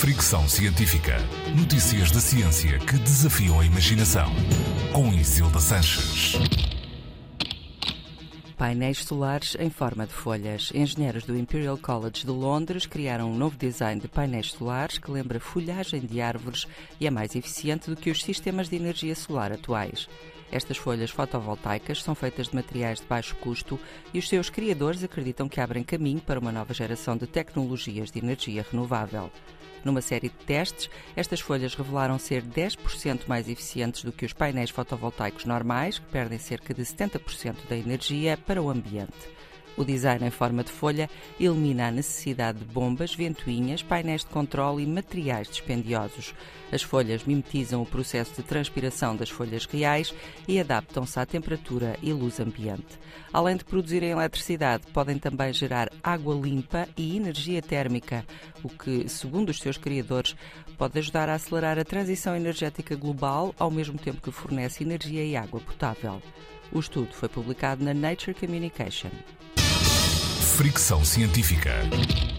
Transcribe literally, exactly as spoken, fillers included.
Fricção Científica. Notícias da ciência que desafiam a imaginação. Com Isilda Sanches. Painéis solares em forma de folhas. Engenheiros do Imperial College de Londres criaram um novo design de painéis solares que lembra folhagem de árvores e é mais eficiente do que os sistemas de energia solar atuais. Estas folhas fotovoltaicas são feitas de materiais de baixo custo e os seus criadores acreditam que abrem caminho para uma nova geração de tecnologias de energia renovável. Numa série de testes, estas folhas revelaram ser dez por cento mais eficientes do que os painéis fotovoltaicos normais, que perdem cerca de setenta por cento da energia para o ambiente. O design em forma de folha elimina a necessidade de bombas, ventoinhas, painéis de controle e materiais dispendiosos. As folhas mimetizam o processo de transpiração das folhas reais e adaptam-se à temperatura e luz ambiente. Além de produzirem eletricidade, podem também gerar água limpa e energia térmica, o que, segundo os seus criadores, pode ajudar a acelerar a transição energética global, ao mesmo tempo que fornece energia e água potável. O estudo foi publicado na Nature Communication. Fricção Científica.